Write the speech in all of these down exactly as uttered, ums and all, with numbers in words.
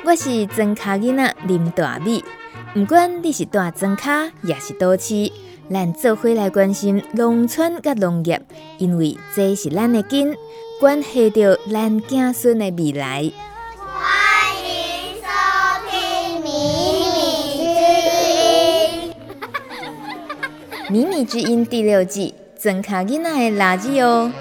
我是庄脚囡仔林大美。不管你是住庄脚也是都市，咱做伙来关心农村甲农业，因为这是咱的根，关系到咱子孙的未来。 欢迎收听《米米之音》。 米米之音第六季，庄脚囡仔的垃圾哦。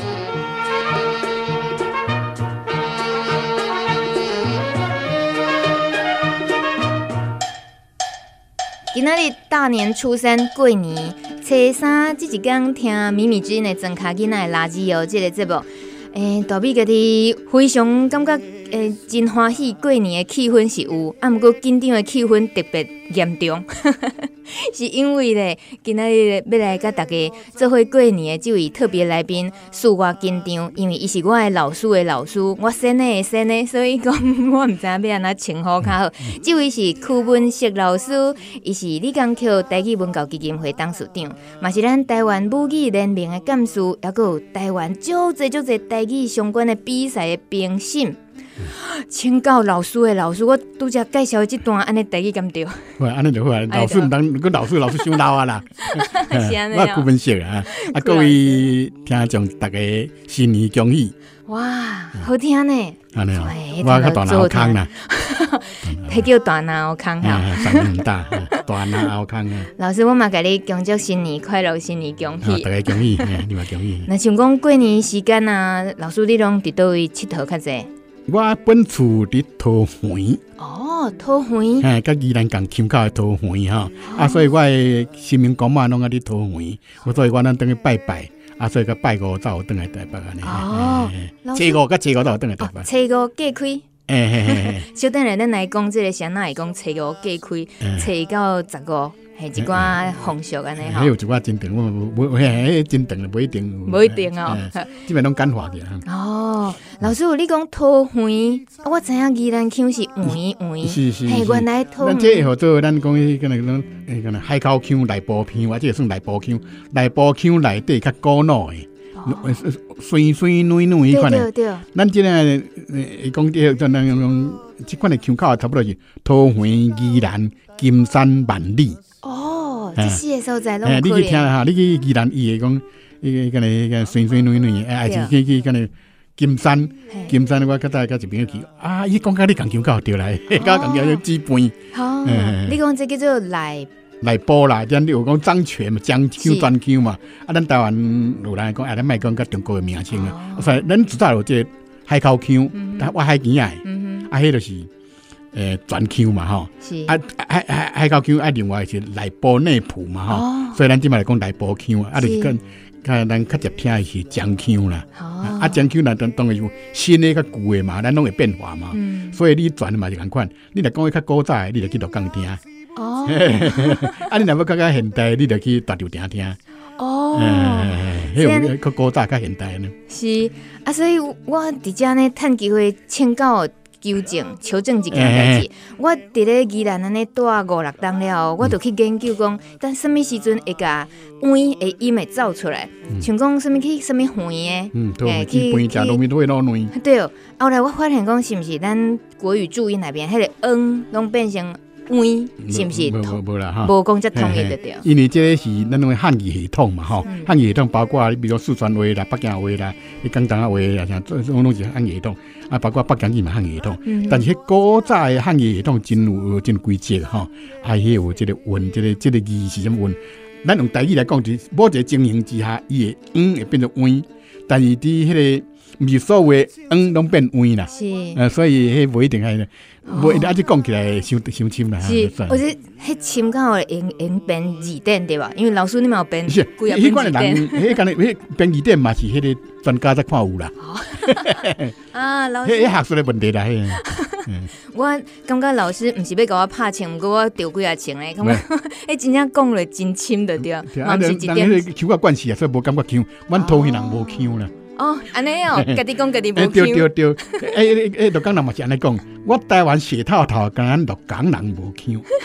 今仔日大年初三过年，初三这一天听米米之音的庄脚囡仔的垃圾哦，这个节目，诶、欸，大美家己非常感觉诶、欸，真欢喜，过年的气氛是有，啊，不过紧张的气氛特别严重，是因为咧，今仔日要来甲大家做伙过年的这位特别来宾，使我紧张，因为伊是我的老师的老师，我生的的生的，所以讲我毋知影要安怎称呼较好。这位是曲文石老师，伊是理工科台语文教基金会董事长，嘛是咱台湾母语联盟的干事，还佫有台湾足侪足侪台语相关的比赛的评审。请教老师的老师，我拄则介绍这段安尼台语敢对？ 喂，安尼就好啊！老师毋当，个老师老师伤老啊啦！我顾文石啊，啊各位听众大家新年恭喜！ 哇，好听呢！ 安尼哦，我较大脑空啦， 迄叫大脑空哈， 声音大，大脑空啊！ 老师，我嘛甲你恭祝新年快乐，新年恭喜！ 大家恭喜，你嘛恭喜！ 那像讲过年时间啊，老师你拢伫倒位佚佗较济？ 我本厝伫桃园哦，桃园， 哎，甲宜兰港腔口的桃园哈，啊，所以我的新民公嘛拢喺伫桃园，我所以我咱等去拜拜，啊，所以甲拜五才有等来台北安尼。 哦， 初五甲初五才有等来台北。 初五假开。 哎嘿嘿， 小等下咱来讲这个谁哪会讲初五假开，初到十五。系一寡风俗安尼吼， 还有一寡真长，我我我嘿真长不一定， 不一定哦， 基本拢简化嘅。 哦，老师，你讲桃园，我知影宜兰腔是园园， 是是是，原来桃园。 咱这号做咱讲迄个那种迄个海口腔内部腔，或者算内部腔，内部腔内底较古老的，酸酸软软迄款的。对对。咱这个诶讲这种那种这款的腔口差不多是桃园、宜兰、金山、万里。 哦，这四个所在拢可以。你去听哈，你去宜兰伊会讲，伊个个个个酸酸软软，哎，是去去个个金山，金山我较早甲一边去，啊，伊讲甲你共腔口对来，甲共腔基本。 好，你讲这叫做内内部啦，咱有讲漳泉嘛，漳腔专腔嘛，啊，咱台湾有人讲，啊，咱莫讲甲中国的名称啊，所以咱知道有这个海口腔，但我海边啊，啊，迄就是。诶，全腔嘛吼，啊海海海口腔啊，另外是内部内埔嘛吼，哦、所以咱即摆来讲内部腔啊，就是跟看咱较接听的是漳腔啦，哦、啊漳腔啦，当当然有新的较旧的嘛，咱拢会变化嘛，嗯、所以你转嘛是共款，你若讲迄较古早的，你就去鹿港听，哦，啊你若要较较现代，你就去大稻埕听，哦，迄种较古早较现代呢。 是啊，所以我伫遮呢，趁机会请教。纠正、求证一件代志，我伫咧宜兰安尼住五六冬了，我就去研究讲，但什么时阵会甲碗的音会走出来？像讲什么去什么园的， 嗯，对，去饭食糯米都会攞卵。 对，后来我发现讲，是毋是咱国语注音那边，迄个嗯，拢变成碗，是毋是？ 无无啦哈， 无讲则统一得对。 因为这个是咱种汉语系统嘛吼，汉语系统包括你比如四川话啦、北京话啦、你广东话啦，像这种拢是汉语系统。啊，包括北京语嘛汉语系统，嗯、但是迄古早的汉语系统真有真规则吼，啊，迄有即个韵，即、这个即、这个字是什么韵？咱用台语来讲，就是某一个情形之下，伊的嗯会变成碗，但是伫迄个毋是所有的嗯拢变碗啦。是，呃，所以迄无一定系，无一定啊，即讲起来伤伤深啦。 是，我觉得迄深刚好用用编字典对吧？因为老师你嘛有编， 是，迄款的人，迄干迄编字典嘛是迄个专家在看有啦。 啊，老师， 迄学术的问题啦，迄。 我感觉老师毋是要甲我拍枪，毋过我丢几啊枪咧，感觉迄真正讲落真深的对，嘛毋是一点。 人腔个关系啊，所以无感觉腔，阮桃园人无腔啦。 哦，安尼哦，家己讲家己无腔。 对对对，诶诶诶，鹿港人嘛是安尼讲，我台湾血套套，跟咱鹿港人无腔。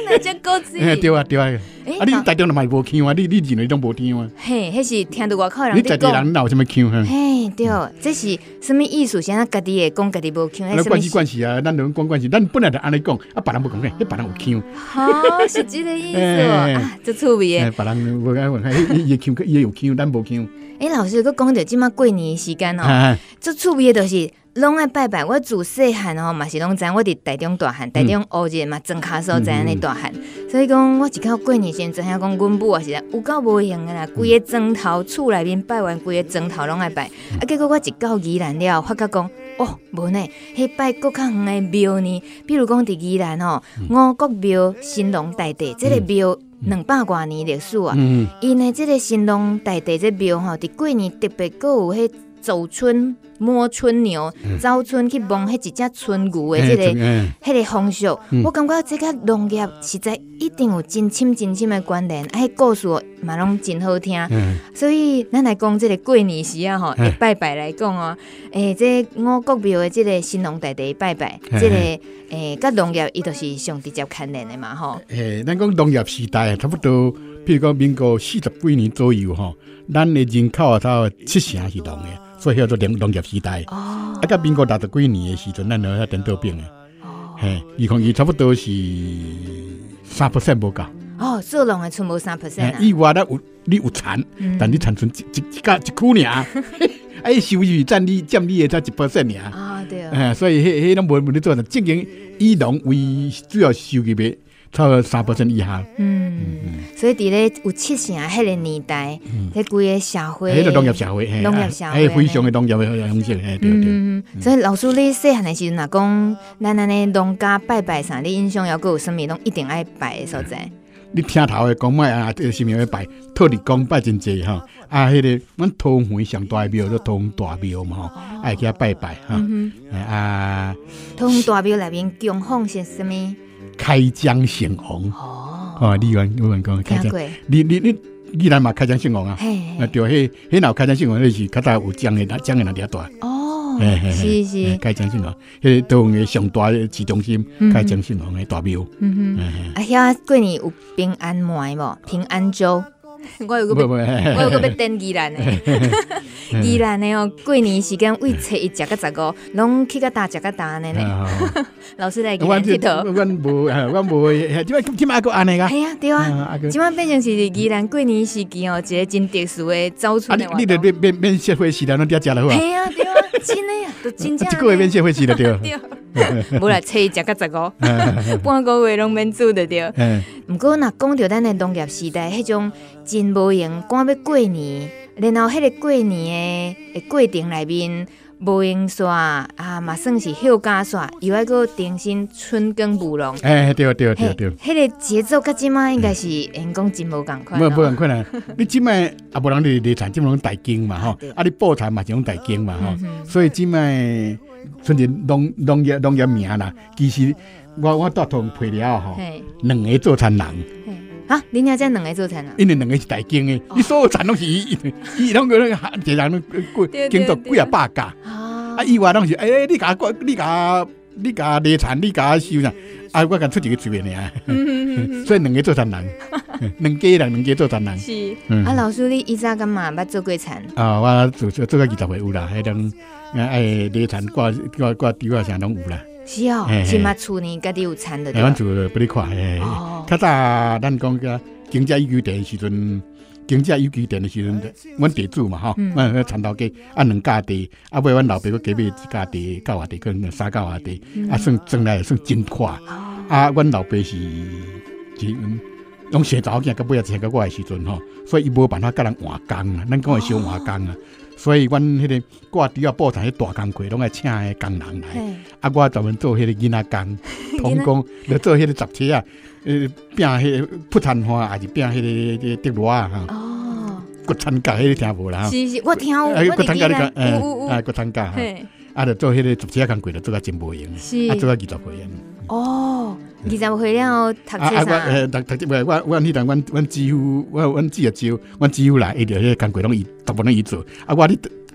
哪只果子？ 哎，对啊对啊，啊，你台中就嘛无腔啊，你你认为拢无腔啊？ 嘿，迄是听到外口人你在地人哪有什么腔哈？ 嘿，对，这是什么意思？现在家己会讲家己无腔， 那关系关系啊，咱就讲关系，咱本来就安尼讲，啊，别人无讲，迄别人有腔。 好，是这个意思啊，这趣味的。 别人无爱问，伊伊腔，伊有腔，咱无腔。 诶，老师，佮讲到即马过年时间哦，最趣味的就是拢爱拜拜。我自细汉哦，嘛是拢知，我伫台中大汉，台中乌日嘛庄脚所在安尼大汉，所以讲我一到过年时阵，知影讲阮母也是有够无闲的啦，规个庄头厝内面拜完，规个庄头拢爱拜。啊，结果我一到宜兰了，发觉讲哦，无呢，迄拜搁较远的庙呢，比如讲伫宜兰哦，五国庙神农大帝，即个庙。两百多年历史啊！因为这个神农大帝这庙吼，伫过年特别搁有迄走春摸春牛、走春去摸迄一只春牛的这个、迄个风俗，我感觉这个农业实在一定有真深真深的关联，啊，迄故事嘛拢真好听。所以咱来讲这个过年时啊吼，会拜拜来讲哦，诶，这五国庙的这个神农大帝拜拜，这个诶，甲农业伊就是上直接牵连的嘛吼。 诶，咱讲农业时代差不多，譬如讲民国四十几年左右吼，咱的人口啊，差七成是农的。所以叫做农农业时代，啊，到民国六十几年的时阵，咱就喺颠倒变嘅，嘿，二零二差不多是三 percent 无够。 哦，做农的剩无三 percent 啊。 以外咧有你有产，但你产存一一一家一区尔，啊，收入占你占你嘅才一 percent 尔。 啊，对。 诶，所以迄迄拢无无你做，正经以农为主要收入嘅。差不多三 percent 以下，嗯， 所以伫咧有七成迄个年代，迄规个社会， 迄个农业社会， 农业社会， 非常的农业的方式，对对对。 所以老师你细汉的时阵，若讲咱安尼农家拜拜啥，你印象还佫有啥物拢一定爱拜的所在？ 你听头的讲卖啊，这是咪要拜？托你讲拜真济哈，啊，迄个阮桃园上大庙叫桃园大庙嘛吼，爱去遐拜拜哈，啊， 桃园大庙内面供奉是啥物？ 开江圣王哦，哦，你讲你讲开江，你你你你来嘛开江圣王啊？啊对，迄迄闹开江圣王那是较早有江的江的那条大哦，是是开江圣王，迄个桃园上大的市中心开江圣王的大庙。嗯哼，啊遐过年有平安糜无？平安粥。我有个要，我有个要登宜兰的，宜兰的哦，过年时间为初一食到十五，拢去个大食个大呢呢。老师来宜兰佚佗， 阮无，阮无，即摆即摆还佫安尼个。 系啊，对啊，即摆变成是宜兰过年时期哦，一个真特殊的走出的活动。 你得免免免社会时代拢伫遐食了好啊。 系啊，对啊，真的呀，都真正。 一个月免社会时了对。 无啦，初一食到十五，半个月拢免煮的对。毋过若讲到咱的农业时代，迄种真无用，赶要过年，然后迄个过年的过程内面，无用煞啊，嘛算是休假煞，又爱个重新春耕舞农。 哎，对对对对， 迄个节奏甲即摆应该是因讲真无共款。 无无共款啊！你即摆啊，无人地地产，即摆拢大经嘛吼，啊，你布产嘛是拢大经嘛吼，所以即摆甚至农农业农业名啦，其实我我带同配料吼，两个做田人。 啊！你遐才两个做田啊？ 因为两个是大经的，你所有田拢是伊，伊拢个那个一人拢过经过几啊百家，啊，以外拢是诶，你甲我，你甲你甲犁田，你甲收啥？啊，我敢出一个嘴尔，所以两个做田人，两家人两家做田人。 是啊，老师你以前干嘛捌做过田？ 啊，我做做做到二十岁有啦，迄种诶犁田挂挂挂稻啊啥拢有啦。 是哦，是嘛？厝呢，家己有田的。 阮厝不哩看，较早咱讲个经济有据地时阵，经济有据地的时阵，阮地主嘛吼，阮田头家按两家地，啊，尾阮老爸佫加买一家地，九外地，可能三九外地，啊，算算来算真快。啊，阮老爸是是用生查某囝，到尾仔生到我的时阵吼，所以伊无办法甲人换工啊，咱讲的小换工啊。所以阮迄个挂除了布场迄大工课，拢爱请迄工人来。啊，我专门做迄个囡仔工，童工，就做迄个杂车啊，呃，拼迄个扑炭花，还是拼迄个迄个竹螺啊，哈。哦。骨参架迄个听无啦？ 是是，我听有。哎， 骨参架你讲， 哎， 啊，骨参架哈。啊，就做迄个杂车工课，就做甲真无用。是。啊，做甲二十岁。哦。二十岁了，读册啥？啊，我呃，读读我我我迄阵，阮阮姊夫，我阮姊啊招，阮姊夫来，伊就迄个工课拢伊，大部分拢伊做。啊，我你读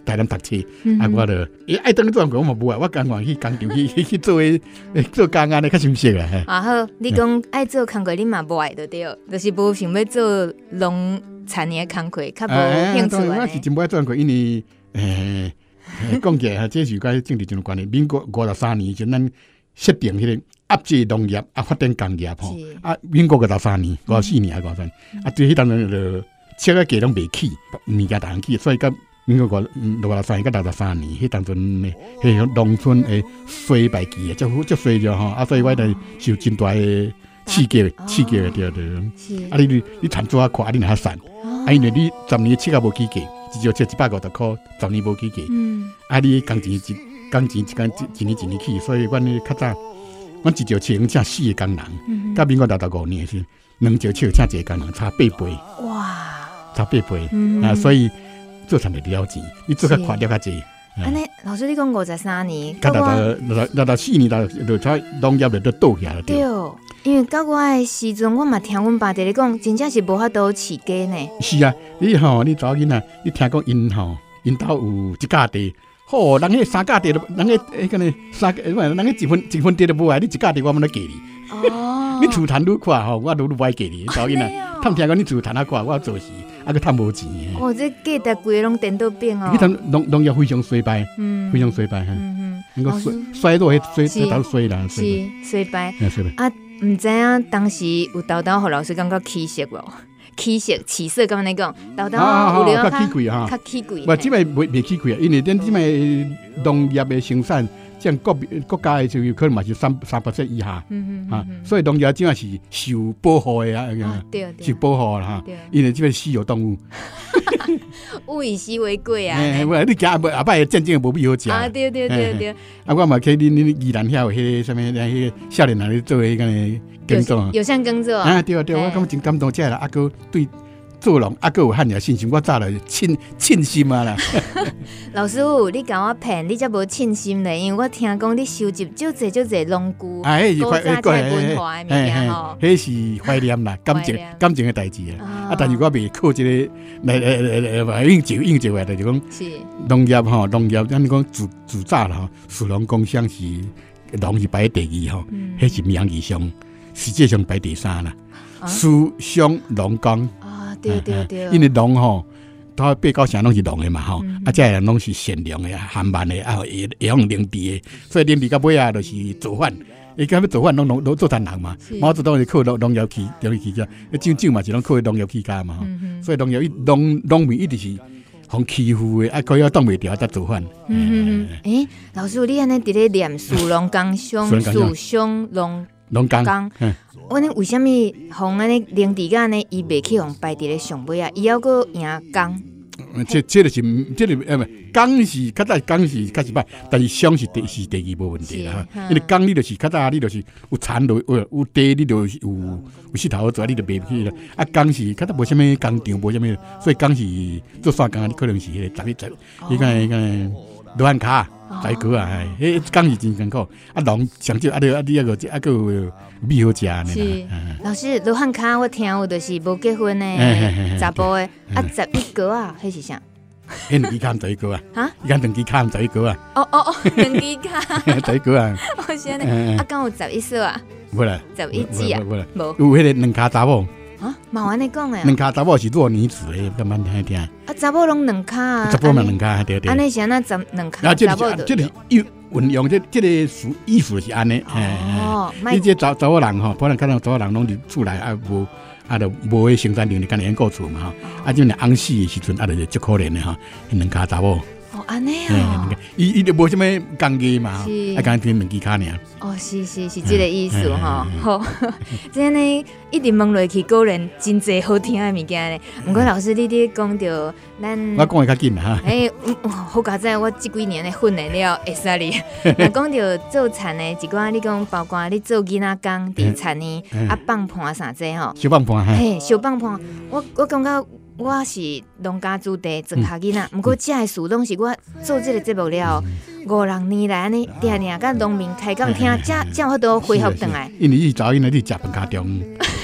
台南读册，啊，我就伊爱当做工我嘛无啊，我甘愿去工厂去去去做诶做工安尼较舒适啦。 啊好，你讲爱做工课，你嘛无爱就对，就是无想要做农产业工课，较无兴趣安尼。 我是真无爱做工课，因为诶讲起来，这是甲政治真有关系。民国五十三年前，咱设定迄个压制农业啊，发展工业吼。啊，民国五十三年、五十四年还五三，啊，对迄当阵就车个价拢袂起，物价大起，所以甲民国五六十三年甲六十三年，迄当阵迄农村诶衰败期啊，足足衰着吼。啊，所以我哋受真大诶刺激，刺激着着。啊，你你你产做啊快，啊你若较散，啊，因为你十年七啊无起价。一就切一百五十块，十年无起价。嗯，啊，你工钱一工钱一工一年一年起，所以阮咧较早，阮一就切请四个工人，甲民国六十五年是两就切请一个工人，差八倍。哇！差八倍、嗯、啊，所以做产得了钱，你做较快了较济。 安尼，老师你讲五十三年， 甲六十六十六十四年，就就差农业就都倒下了。 对，因为到我诶时阵，我嘛听阮爸伫咧讲，真正是无法度饲鸡呢。 是啊，你吼，你查囡仔，你听讲因吼，因兜有一甲地，吼，人迄三甲地，人迄迄个呢三，人迄一分一分地都无爱，你一甲地我们来给你。哦，你厝摊愈快吼，我都愈歹给你。查囡仔，他们听讲你厝摊啊快，我做事。啊，佮趁无钱。 哦，这价值规个拢颠倒变哦。 你看农农业非常衰败，嗯，非常衰败哈。嗯嗯。那个衰衰落迄衰，衰到衰啦。 是衰败。衰败。啊，唔知影当时有豆豆，互老师感觉起色无？起色、起色，咁样讲，豆豆有了较起贵哈， 较起贵。 唔，即摆未未起贵啊，因为咱即摆农业的生产。像国国家的就可能嘛是三三百以下，嗯嗯啊，所以农业真系是受保护的啊，受保护啦哈，因为这边稀有动物， 物以稀为贵啊。 哎，我你讲阿爸战争无必好食啊，对对对对。 啊，我嘛去你你宜兰遐有迄个什么，迄个少年人咧做迄个耕作， 有像耕作啊，对对，我感觉真感动，这啦，啊个对。做人啊，个有汉有信心，我早来信信心啊啦。 老师傅，你甲我骗，你才无信心咧，因为我听讲你收集少济少济农具， 啊，迄是古早菜文化的物件吼， 迄是怀念啦，感情感情的代志啊。啊，但是我未靠这个来来来来应接应接话的，就讲农业吼，农业咱讲自自早啦吼，属农工商是农是排第二吼，迄是名义上，实际上排第三啦，属商农工。 对对对， 因为农吼，他八九成拢是农的嘛吼，啊，这人拢是善良的、含慢的，啊，会会用灵智的，所以灵智到尾啊，就是做饭。伊讲要做饭，拢农都做田人嘛，毛子都是靠农农业起，农业起家，种种嘛是拢靠农业起家嘛吼，所以农业农农民一直是互欺负的，啊，可以挡袂掉才做饭。 嗯嗯，诶，老师，你安尼伫咧念属农工商、属商农农工。 我呢为什么红安尼灵智个呢？伊袂去红排伫咧上尾啊？伊要个赢工。 这这就是这个呃，工是较早工是较是歹，但是商是第是第二无问题啦。因为工你就是较早你就是有田落有有地，你就有有石头做，你就袂去啦。啊，工是较早无啥物工厂，无啥物，所以工是做山工，你可能是迄个十一十，伊个伊个罗汉卡。在个啊，迄工是真艰苦，啊农上少啊，你啊你啊个啊个米好食呢。 是，老师罗汉卡我听有就是无结婚的查甫的，啊十一个啊，迄是啥？ 迄两支卡十一个啊？哈？伊讲两支卡十一个啊？ 哦哦哦，两支卡十一个啊？ 我先呢，啊敢有十一岁啊？ 无啦， 十一支啊？ 无啦， 无。 有迄个两卡查某。 啊，冇安尼讲诶， 两卡查某是弱女子诶，慢慢听听。啊， 查某拢两卡啊， 查某嘛两卡，对对。 安尼是安那十两卡，查某就。这个运运用这这个属意思是安尼。哦，你这查查某人吼，可能看到查某人拢伫厝内啊无啊，就无迄生产能力，干连顾厝嘛吼。啊，就若翁死诶时阵，啊，就足可怜诶吼，两卡查某。 哦，安尼哦， 伊伊就无啥物工艺嘛，啊，干听两支卡尔。 哦，是是是，这个意思哈。好，这呢一直问落去，果然真侪好听的物件咧。不过老师，你咧讲到咱， 我讲的较紧哈。 哎，好佳哉，我这几年咧训练了会使哩。那讲到做田的，一寡你讲，包括你做囡仔工伫田呢，啊放盘啥子吼？ 小放盘， 嘿，小放盘，我我感觉。我是农家子弟，庄脚囡仔。不过，这个事拢是我做这个节目了五六年来呢，定定甲农民开讲听，才才有法度恢复转来。 因为你早因为你食饭家中，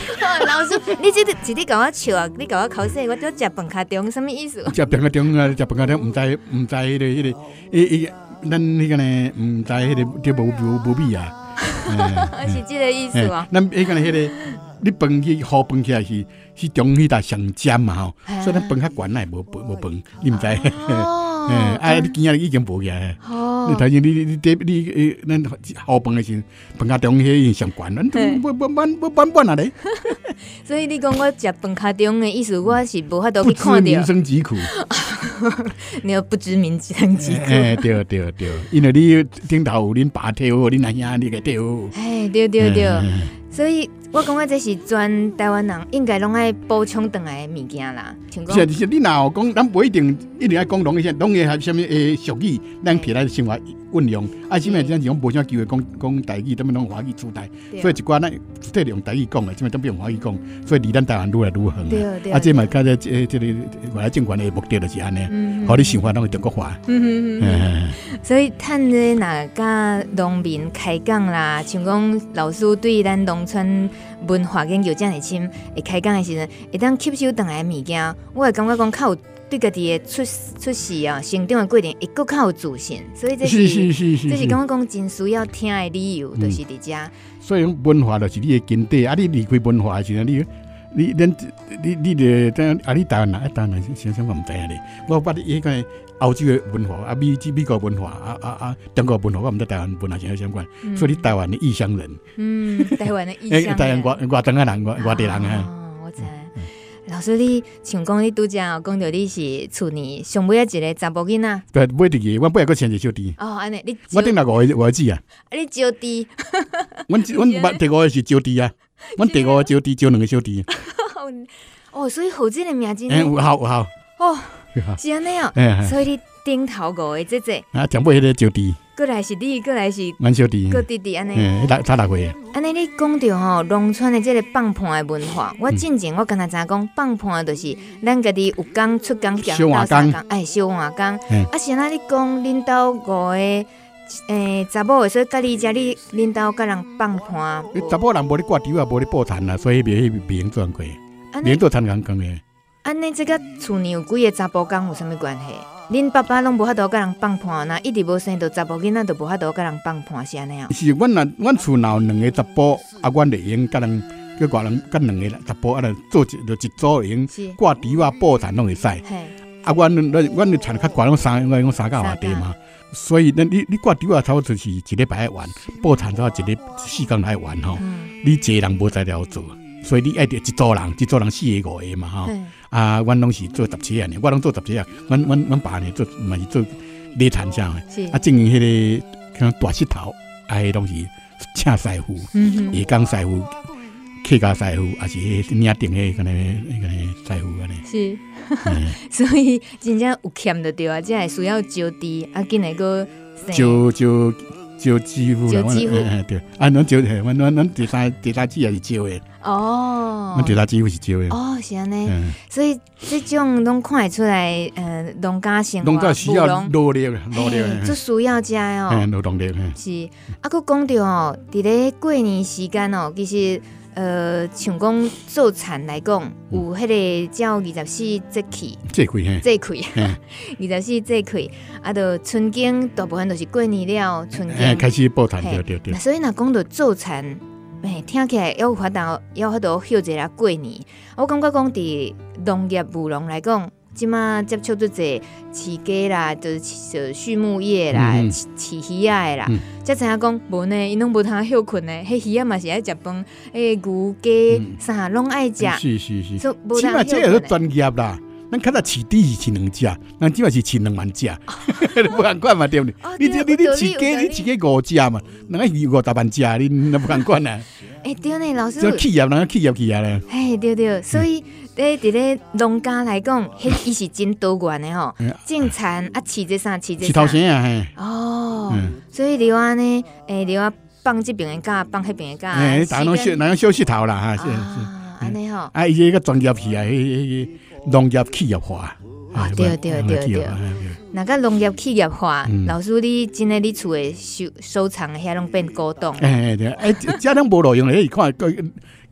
老师，你这一直甲我笑啊，你甲我考试，我叫食饭卡中，什么意思？ 食饭卡中啊，食饭卡中，唔知唔知迄个迄个，伊伊咱迄个呢，唔知迄个这无无无味啊。 是这个意思哦。 咱迄个迄个，你饭去好饭起来是是中迄搭上尖嘛吼，所以咱饭较悬来无无饭，你唔知。哎，啊，你今日已经无起来。哦。你头先你你你你咱好饭的时，饭卡中迄上悬，咱不不不不不不哪嘞。 所以你讲我食饭卡中的意思，我是无法度去看到。 不知民生疾苦。 你要不知民生疾苦。 哎，对对对，因为你顶头有恁爸退好，恁阿兄你个退好。 哎，对对对，所以我感觉这是全台湾人应该拢爱补充回来的物件啦。 是是，你若有讲，咱不一定一定爱讲拢个些，拢个还什么诶俗语，咱摕来生活运用。啊，什么咱是讲无啥机会讲讲台语，踮么拢华语主台，所以一寡咱主体用台语讲的，什么都不用华语讲，所以离咱台湾愈来愈远。 对对。 啊，这嘛，甲这这这个外来政权的目的就是安尼，互你想法拢是中国化。嗯嗯。所以，趁咧若甲农民开讲啦，像讲老师对咱农村文化研究这么深，会开讲的时阵，会当吸收回来的物件，我会感觉讲较有对家己的出出世啊、成长的过程，会更较有自信。所以这是是是是， 这是感觉讲真需要听的理由，就是伫遮。 所以文化就是你的根底，啊，你离开文化的时阵，你你恁你你你等啊，你台湾人，啊，台湾人想想我唔知影咧。我捌迄个欧洲的文化，啊，美美国文化，啊啊啊，中国文化，我唔知台湾文化相相关。所以你台湾的异乡人。嗯， 台湾的异乡人。 台湾外外东啊人，外外地人啊。 哦，我知。老师，你像讲你拄则讲到你是厝里上尾一个查甫囡仔。 对，买一个，我尾个牵一小弟。 哦，安尼你。 我顶来五个五个子啊。 啊，你招弟。 阮阮第五个是招弟啊，阮第五个招弟招两个小弟。 哦，所以好这个名字。 哎，有效有效。 哦，是安尼哦。所以你顶头五个姐姐。 啊，上尾迄个招弟。 过来是你，过来是阮小弟， 过弟弟安尼。 嗯，六差六岁。 安尼你讲到吼，农村的这个放盘的文化，我进前我刚才知讲放盘就是咱家己有工出工去烧瓦工， 哎，烧瓦工。啊，是安尼你讲恁兜五个诶查某的，所以甲你遮你恁兜甲人放盘。 查某人无咧挂丢啊，无咧报田啊，所以袂袂用做过，袂用做田工工诶。 安尼这个厝里有几个查甫工有啥物关系？恁爸爸拢无法度甲人放盘，那一直无生到查甫囡仔，就无法度甲人放盘，是安尼啊？是， 阮若阮厝闹两个查甫，啊，阮就用甲人叫外人甲两个查甫啊，做一就一组用挂猪啊、报田拢会使。啊，阮阮阮就田较悬，拢三我用三甲外地嘛，所以咱你你挂猪啊，差不多就是一礼拜爱完，报田差一日四工来完吼。你一个人无才了做，所以你爱着一组人，一组人四个五个嘛吼。啊，阮拢是做十七啊，我拢做十七啊。阮阮阮爸呢做嘛是做犁田啥的，啊，正经迄个像大石头，啊，迄拢是请师傅，下岗师傅、客家师傅，还是迄领顶迄个呢迄个师傅安尼。是， 所以真正有欠就对啊，这系需要招弟，啊，紧来个招招招师傅啦，哎对，啊，阮招，阮阮阮第三第三子也是招的。哦，阮第三师傅是招的。 哦，是安尼，所以这种拢看会出来，呃，农家生活， 农家需要努力，努力， 这需要遮哦， 嗯，劳动力， 是。啊，佮讲到哦，伫咧过年时间哦，其实呃，像讲做田来讲，有迄个叫二十四节气， 节气嘿， 节气，二十四节气，啊，就春景大部分都是过年了，春景开始报田，对对对。 所以若讲到做田。诶，听起来要有法度，要法度休一下过年。我感觉讲，伫农业务农来讲，即马接触做者饲鸡啦，就是畜牧业啦，饲鱼仔的啦，才知影讲无呢，因拢无通休困呢。迄鱼仔嘛是爱食饭，诶，牛鸡啥拢爱食。 是是是，起码这个是专业啦。咱较早饲猪是饲两只，咱即嘛是饲两万只，不共款嘛对不对？你你你饲鸡，你饲鸡五只嘛，人家鱼五十万只，你那不共款啊？ 哎，对呢，老师。 这企业，人家企业起来咧。 哎，对对，所以咧，伫咧农家来讲，迄伊是真多元的吼，种田啊，饲这啥，饲这啥。 饲头前啊，嘿。 哦，所以留啊呢，诶，留啊放这边的假，放迄边的假。 哎，大家拢休，大家休息头啦，哈，是是。 安尼吼。 啊，伊这个专业起来，迄迄农业企业化。 啊，对对对对。那个农业企业化，老师你真诶，你厝诶收收藏诶遐拢变古董。 哎对，哎，这拢无路用咧，看个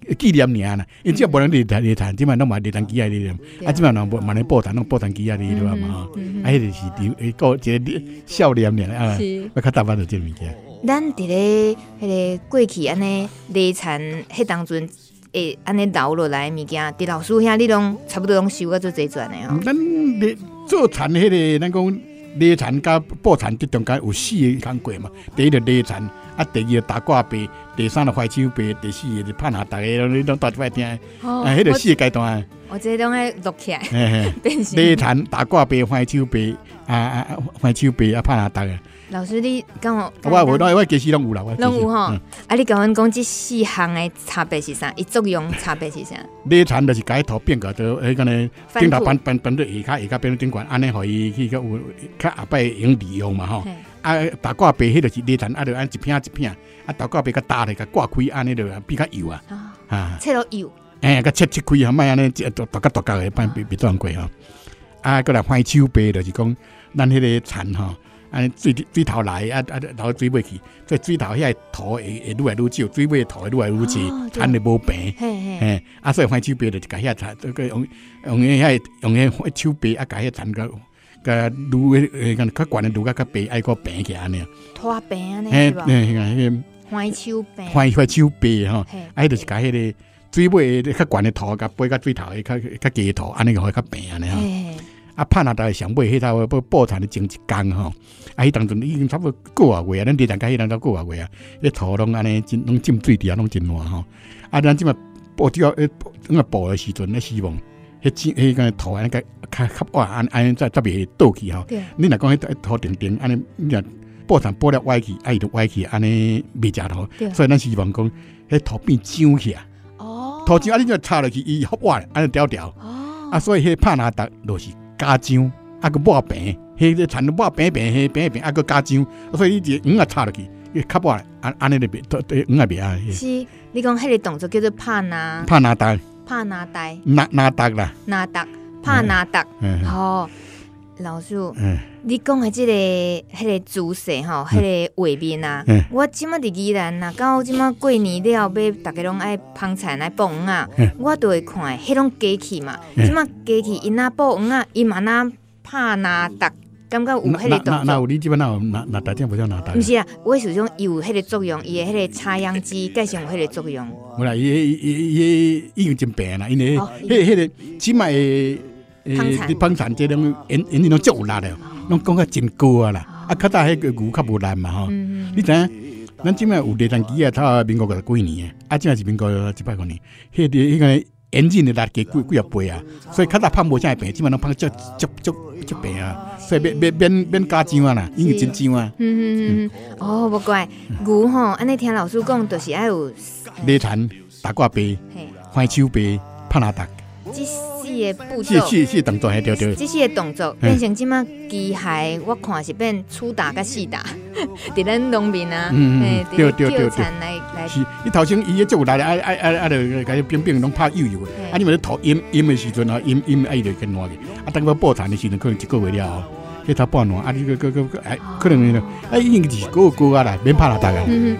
纪念尔啦，因只无人犁犁田，即摆拢嘛犁田机啊犁念，啊即摆人无嘛咧报田，拢报田机啊犁对吧嘛吼，啊迄个是伫个一个少年尔啊，我较搭巴着即物件。 咱伫咧迄个过去安尼犁田迄当阵。诶，安尼留落来物件，伫老师遐你拢差不多拢收个做济转的吼。 咱做田迄个，咱讲犁田甲报田伫中间有四个工过嘛。第一个犁田，啊，第二个打挂背，第三个怀手背，第四个是拍拿大个，你拢大块听。哦，啊，迄个四个阶段。 我这拢爱录起来。 犁田、打挂背、怀手背，啊啊，怀手背啊，拍拿大个。 老师，你讲我， 我我我其实拢有啦，我拢有吼。啊，你甲阮讲这四项的差别是啥？伊作用差别是啥？ 犁田就是改土变个，就迄个呢，顶头搬搬搬到下骹，下骹变到顶悬，安尼互伊去个有较后摆用利用嘛吼。啊，打挂背迄就是犁田，啊，就按一片一片，啊，打挂背较大咧，甲挂开，安尼就比较油啊。啊， 切到油。 哎，甲切切开啊，莫安尼大大角大角的，别别别断过吼。啊，过来怀手背就是讲，咱迄个田吼。安水水头来啊啊，然后水尾去，所以水头遐土会会愈来愈少，水尾土会愈来愈济，田就无平。嘿，啊，所以换手背就甲遐田，个用用遐用遐手背啊，甲遐田个个愈诶个较悬诶愈较较平，爱个平起安尼。 拖平安尼是吧？ 嘿，迄个换手背， 换换手背吼，啊，迄就是甲迄个水尾较悬诶土，甲背甲水头诶较较低土，安尼个会较平安尼吼。啊，拍拿大上尾迄头要报田的前一工吼，啊，迄当阵已经差不多个啊月啊，咱地产甲迄当都个啊月啊，迄土拢安尼真拢浸水底啊，拢真烂吼。啊，咱即马报只要诶，那个报的时阵，咧希望迄迄迄个土安尼较较较哇，安安尼再再袂倒去吼。你若讲迄土定定安尼，你若报田报了歪去，啊，伊就歪去，安尼袂食土。所以咱希望讲，迄土变涨起啊。哦。土涨啊，你就插落去，伊好哇，安尼条条。哦。啊，所以迄拍拿大就是。加浆啊个抹平，迄个田抹平平，迄平平啊个加浆，所以你一黄啊插落去，伊较抹来，安安尼就变，黄啊变啊。 是，你讲迄个动作叫做拍拿， 拍拿大， 拍拿大， 拿拿大啦， 拿大，拍拿大。好，老师，你讲的这个迄个姿势吼，迄个画面啊，我即马伫宜兰呐，到即马过年了，要大家拢爱捧菜来爆黄啊，我都会看，迄种机器嘛，即马机器因那爆黄啊，伊嘛那拍拿大，感觉有迄个动作。 那有你即摆那有拿拿大，这不叫拿大。 不是啊，我是种有迄个作用，伊的迄个插秧机，计上有迄个作用。 无啦，伊伊伊伊已经真平啦，因为迄迄个即摆诶，诶，捧田这种因因拢足有力的。拢讲较真高啊啦，啊，较早迄个牛较无力嘛吼。你知影，咱即摆有犁田机啊，到民国几年诶，啊，即摆是民国一百多年，迄个迄个引进的力几几几啊倍啊，所以较早捧无啥平，即摆拢捧足足足足平啊，所以免免免免加浆啊啦，已经真浆啊。 嗯嗯嗯，哦，无怪牛吼，安尼听老师讲，就是爱有犁田、打挂背、换手背、拍拿大。 这四个步骤， 四四四动作嘿，对对。 这四个动作变成即马机械，我看是变粗打甲细打，伫咱农民啊， 嗯对对对对，来来。 是，你头先伊个做来，爱爱爱爱着甲伊冰冰拢拍幼幼的，啊，你咪咧土淹淹的时阵啊，淹淹爱着跟烂去，啊，等我报田的时阵，可能一个月了后，迄头半烂，啊，你个个个哎，可能呢，啊，已经是个个啊啦，免拍啦大个。嗯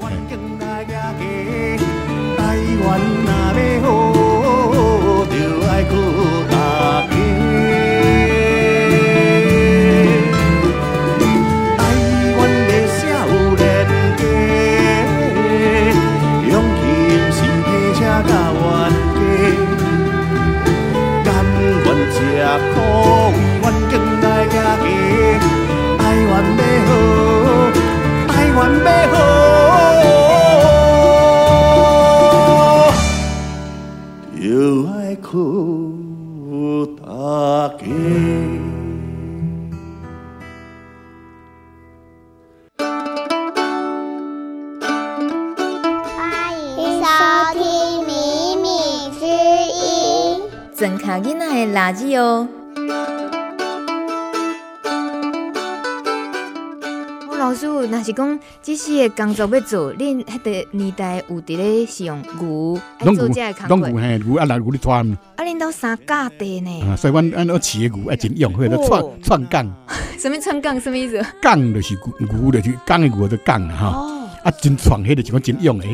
爱靠大家，台湾的少年家，用轻视提车甲冤家，甘愿吃苦为环境来家己，台湾要好，台湾要好，就爱靠。 真卡囡仔的垃圾哦！我老师，若是讲这些工作要做，恁迄个年代有伫咧使用牛来做这个工作， 拢牛嘿，牛啊，来牛咧拖。啊， 恁都三架地呢？ 啊，所以阮按我饲的牛爱真用，或者串串杠。 什么串杠？什么意思？ 杠就是牛，就是杠的牛就杠啦哈。啊，真创迄个就讲真用的迄个呢，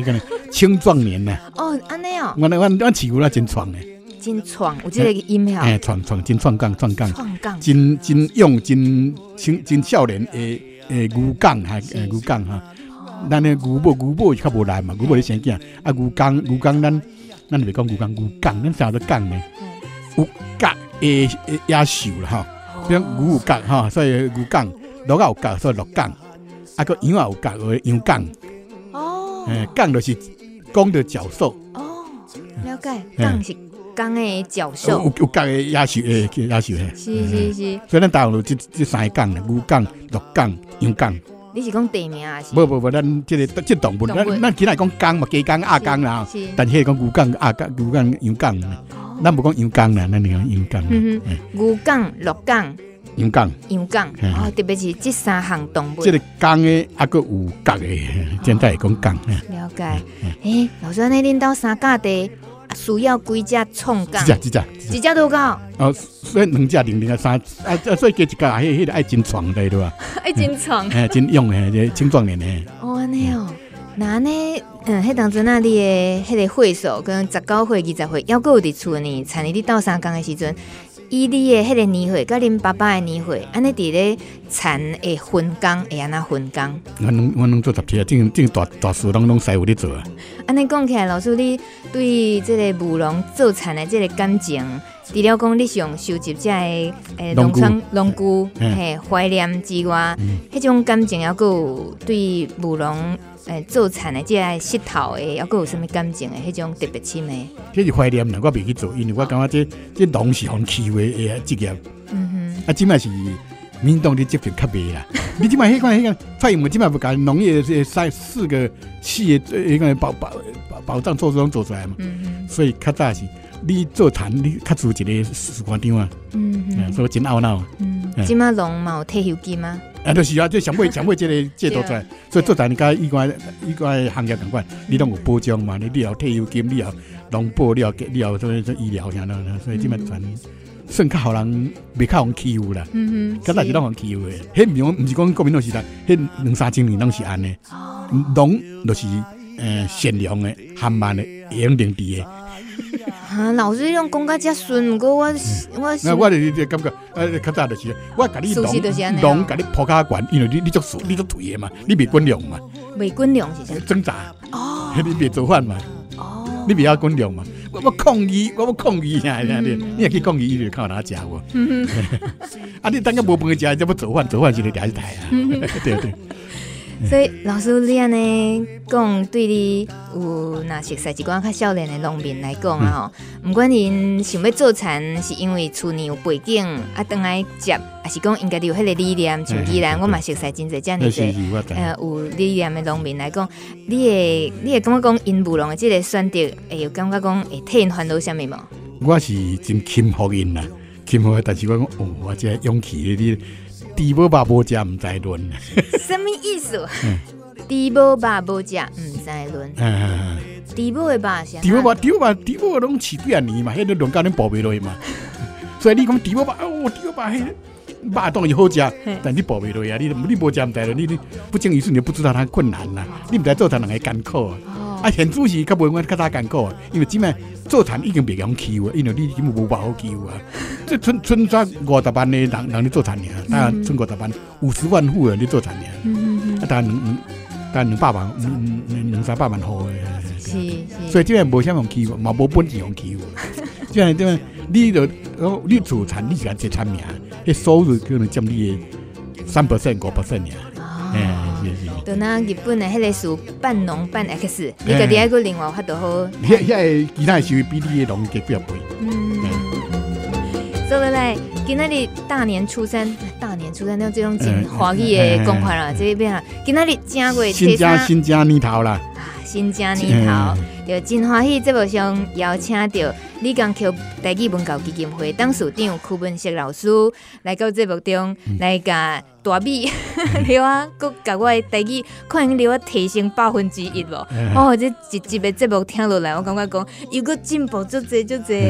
青壮年呐。 哦，安尼哦， 我我我饲牛那真创诶， 真创，有这个音效。 哎，创创真创杠创杠， 创杠， 真真勇真青真少年诶诶牛杠哈，诶牛杠哈。咱诶牛母牛母较无力嘛，牛母咧生囝，啊牛杠牛杠咱咱袂讲牛杠牛杠，咱啥都杠呢？有角诶诶野兽啦吼，比如牛有角吼，所以牛杠；鹿有角，所以鹿杠。啊个羊有角，为羊杠。 哦， 诶，杠就是公的角兽。 哦，了解，杠是公的角兽， 有有角的野兽诶，野兽诶。 是是是。 所以咱大陆有这这三个杠啦，牛杠、鹿杠、羊杠。 你是讲地名还是？ 不不不，咱这个这动物，咱咱其他讲杠嘛，鸡杠、鸭杠啦，但是讲牛杠、鸭杠、牛杠、羊杠，咱不讲羊杠啦，咱讲羊杠。 嗯哼，牛杠、鹿杠、 羊杠、 羊杠，哦，特别是这三项动物。 这个杠的还佫有角的，现在讲杠。 了解。诶，老师，那恁兜三架地需要几只创杠？ 一只一只一只都够。 哦，所以两只零零啊三啊，所以加一架，迄迄个爱真壮的对吧？ 爱真壮， 哎，真勇的，这青壮年的。 哦，安尼哦，那呢，嗯，迄当阵啊，你的迄个岁数，跟十九岁、二十岁，还佫有伫厝呢，产你斗三工的时阵，以你的迄个年岁，甲恁爸爸的年岁，安尼伫咧产会分工，会安那分工？ 我能我能做十七啊，正正大大事拢拢师傅咧做啊。 安尼讲起来，老师你对即个务农做田的即个感情，除了讲你上收集这个诶农村农具嘿怀念之外，迄、嗯、种感情还佫有对务农诶做田的即个石头的，还佫有啥物感情的？迄种特别深的。 这是怀念啦，我袂去做，因为我感觉这这农是互欺负的职业。嗯哼，啊，即摆是民党的接近较袂啦。你即摆迄款迄个蔡英文即摆不甲农业这三四个企业迄个保保保障措施拢做出来嘛，嗯、所以较早是你做田，你较做一个士官长啊，嗯嗯、所以真懊恼。 嗯，即摆农嘛有退休金吗？ 啊，就是啊，这上尾上尾这个制度出来，所以做田你甲伊个伊个行业同款，你拢有保障嘛，你你有退休金，你有农保，你有你有做做医疗啥的，所以即摆全。算较互人，袂较互欺负啦。嗯哼，较早是拢互欺负的。迄毋是讲，毋是讲国民党时代，迄两三千年拢是安尼。哦，农就是诶善良的、含慢的、会用定治的。 哈，老师用讲甲遮顺，毋过我我那我就是感觉，呃，较早就是我甲你农农甲你铺较悬，因为你你足熟，你足退的嘛，你袂滚量嘛。 袂滚量是啥？ 挣扎。哦。你袂做饭嘛？哦。你袂晓滚量嘛？我要抗议，我要抗议呀！你你也去抗议，伊就靠哪食无？啊，你等下无饭食，怎要做饭？做饭是你第一台啊！对对。 所以老师你安尼讲，对你有若熟悉一寡较少年的农民来讲啊吼，毋管因想要做田，是因为厝呢有背景啊，倒来接，还是讲应该有迄个理念，像既然我嘛熟悉真侪遮尔侪，呃，有理念的农民来讲，你会你会感觉讲因务农的即个选择，会有感觉讲会替因烦恼啥物无？ 我是真钦服因啦，钦服，但是我讲哦，我这勇气你。猪无肉无食，唔知论。 什么意思？猪无肉无食，唔知论。猪无的肉是？ 猪无肉，猪无猪无拢饲几啊年嘛，迄个农家恁保袂落去嘛。所以你讲猪无肉，哦，猪无肉迄肉当然好食，但你保袂落去啊！你你无食唔知论，你你不经一事，你就不知道它困难啦。你唔知做田人嘅艰苦啊！啊，现主是较袂阮较早艰苦啊，因为即摆做田已经袂讲欺负，因为你根本无肉好欺负啊。这村村庄五十万的人人咧做田尔，当然村五十万五十万户人咧做田尔，嗯啊，当然两当然两百万，两两三百万户的，是是。所以即摆无啥人欺负，嘛无本钱人欺负。即摆即摆，你就你做田，你是讲一产名，迄收入可能占你的三 percent 五 percent 尔。哎，是是。 就那日本的迄个属半农半 X， 你家己还佫另外法度好。 遐遐其他收入比你的农加几啊倍。嗯。 所以来，今仔日大年初三，大年初三那这种真华语的讲法啦，这边啊，今仔日正月初三， 新新正年头啦， 新正年头，就真欢喜节目上邀请到李江区台语文教基金会董事长柯文石老师来到节目中来甲大米了啊，佮甲我的台语可能了我提升百分之一无？哦，这一集的节目听落来，我感觉讲又佮进步足济足济。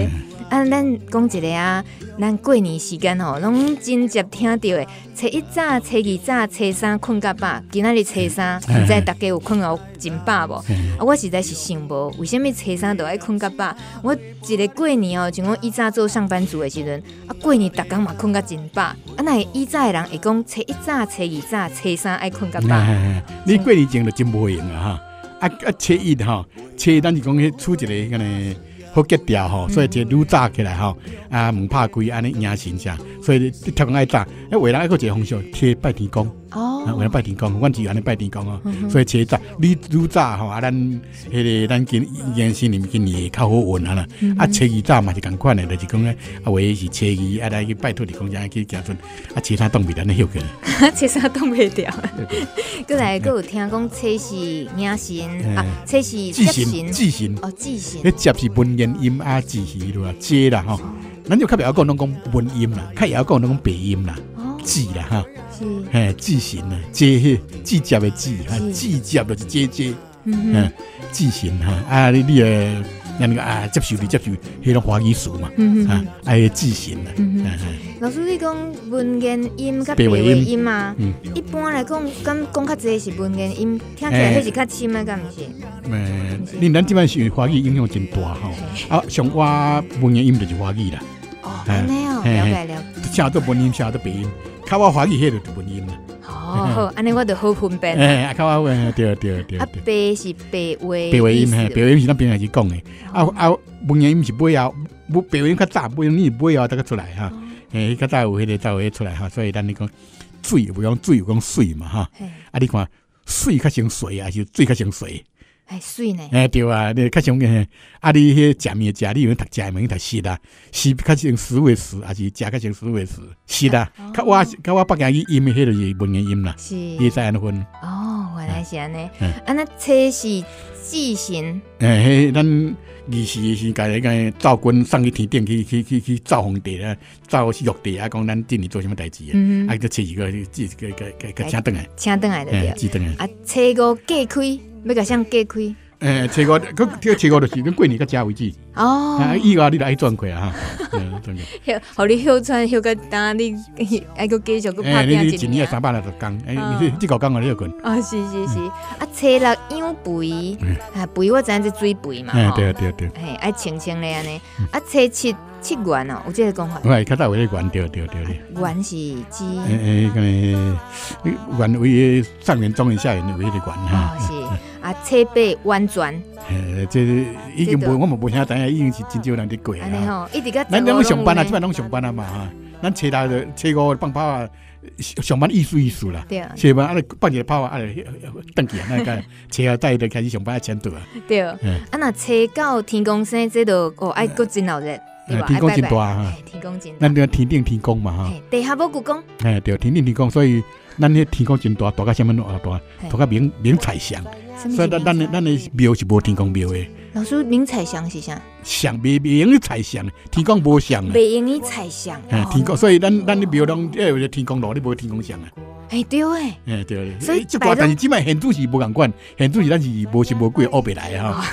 啊，咱讲一个啊，咱过年时间吼，拢真接听到的。初一早、初二早、初三困甲饱，今仔日初三，唔知大家有困到真饱无？啊，我实在是想无，为什么初三都爱困甲饱？我一个过年哦，就讲以早做上班族的时阵，啊，过年逐工嘛困甲真饱，啊，那以早的人会讲初一早、初二早、初三爱困甲饱。 你过年前就真无用啊哈！啊啊，初一吼，初一咱是讲去出一个个呢。好结调吼，所以就愈早起来吼，啊门拍开安尼迎神啥，所以你跳工爱早。啊，为人还佫一个方式，贴拜天公。哦，为人拜天公，阮是安尼拜天公哦。所以初早，你愈早吼，啊咱迄个咱今迎神里面今年会较好运啊啦。啊，初二早嘛是共款的，就是讲咧，啊为是初二啊来去拜托地公，才去行船。啊，初三当袂咱咧休去。 初三当袂掉。过来，佫有听讲初四迎神啊，初四接神， 祭神哦，祭神。 迄接是文言音啊，祭是咯，接啦吼。咱就较袂晓讲，拢讲文音啦，较会晓讲拢讲白音啦，祭啦哈。是。嘿，祭神啊，接迄祭接的祭，哈，祭接就是接接，嗯，祭神哈。啊，你你诶，那个啊，接受你接受，迄种华语词嘛，啊，爱祭神啦。 老师，你讲文言音甲白话音啊？一般来讲，敢讲较济是文言音，听起来迄是较深的，敢毋是？ 诶，你咱即摆是华语影响真大吼，啊，上我文言音就是华语啦。 哦，安尼哦，了解了。 写做文音，写做白音，靠我华语迄就是文音啦。 哦，好，安尼我就好分辨。 诶，啊，靠我对对对。 啊，白是白话。 白话音嘿，白话音是咱平常时讲的。啊啊，文言音是尾后，白话音较早，文言音是尾后才个出来哈。诶，较早有迄个早有出来哈，所以咱你讲水有讲水有讲水嘛哈。啊，你看水较像水，还是水较像水？ 哎，水呢？ 哎，对啊，你较像诶，啊，你迄食面食，你用读食面读诗啦，诗较像诗为诗，还是食较像诗为诗？是啦，较我较我北京语音迄就是文言音啦，是，伊使安分。 哦，原来是安尼。啊，那初是祭神。 诶，迄咱。二是是家己个灶君送去天顶去去去去灶皇帝啦，灶玉帝啊，讲咱今年做什么代志啊？啊，就找一个这个个个个请倒来， 请倒来就对。 请倒来。啊， 初五隔开，要甲谁隔开？ 诶，初五，佮这初五就是跟过年个家为止。哦。啊，以后你来爱转过啊哈。 休，互你休喘休个，当你爱佮继续佮拍拼一年。 你一年三百六十工，诶，你这个工我你要困。 哦，是是是。啊，初六养肥，啊肥我知影是水肥嘛。 哎，对对对。 嘿，爱清清咧安尼。啊，初七七元哦，有这个讲法。 喂，较早有咧元，对对对对。 元是指？ 诶诶，个元为上元、中元、下元为迄个元哈。 哦，是。啊，初八元转。 诶，这已经无，我嘛无听知影，已经是真少人伫过啊。 安尼吼，一直甲咱拢上班啊，基本拢上班啊嘛哈。咱初六就初五放炮啊，上班意思意思啦。对。初班啊，你放一个炮啊，啊，登记啊，那个初二再就开始上班签到啊。 对。啊，那初九天公生，这都哦爱过真闹热。 天公真大哈。 天公真大。 咱叫天顶天公嘛哈。 地下无故宫。 哎，对，天顶天公，所以咱迄天公真大，大到什么大大，大到明明彩祥。所以咱咱的咱的庙是无天公庙的。 老师，明彩祥是啥？ 祥袂袂用彩祥，天公无祥啊。 袂用伊彩祥。 哎，天公，所以咱咱的庙拢要有天公路，你无天公祥啊。 哎，对诶。 哎，对。所以，但是即摆现主是无共款，现主是咱是无神无鬼学袂来哈。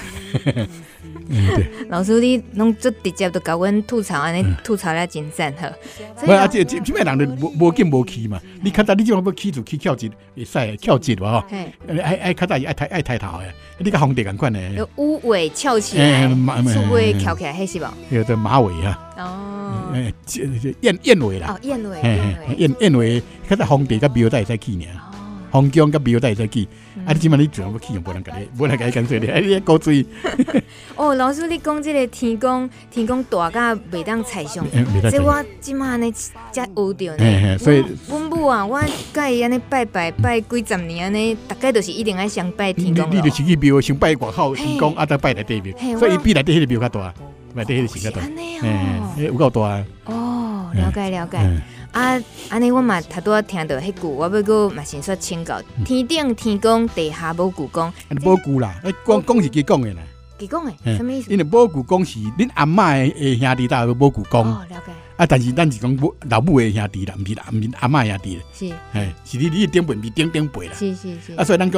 老师，你拢最直接就甲阮吐槽，安尼吐槽了真赞好。 无啊，这这这摆人就无无见无气嘛。你较早你即种要起厝起翘节，会使翘节哇吼。爱爱较早爱抬爱抬头诶，你甲皇帝共款诶。 乌尾翘起来，树尾翘起来，迄是无？ 有的马尾啊。哦。诶，燕燕尾啦。 哦，燕尾。 燕燕尾，较早皇帝甲庙才会使起呢。皇宫甲庙才会使起。啊！你即摆你全部起用无人甲你，无人甲你干脆咧，你古锥。 哦，老师，你讲即个天公，天公大甲袂当踩上，这我即摆安尼才学着呢。所以，阮母啊，我甲伊安尼拜拜拜几十年安尼，大概就是一定爱上拜天公。 你你就是去庙先拜外口天公，啊再拜内底庙，所以伊比内底迄个庙较大，内底迄个神较大。 安尼哦， 有够大啊！ 哦，了解了解。啊，安尼我嘛头拄仔听到迄句，我要搁嘛先说请教：天顶天公，地下无故宫。 无故啦，讲讲是佢讲的啦。 佢讲的，什么意思？ 因为无故宫是恁阿嬷的兄弟搭无故宫。 哦，了解。 啊，但是咱是讲老母的兄弟啦，毋是啦，毋是阿嬷兄弟。是。哎，是你你顶辈，毋是顶顶辈啦。 是是是。 啊，所以咱讲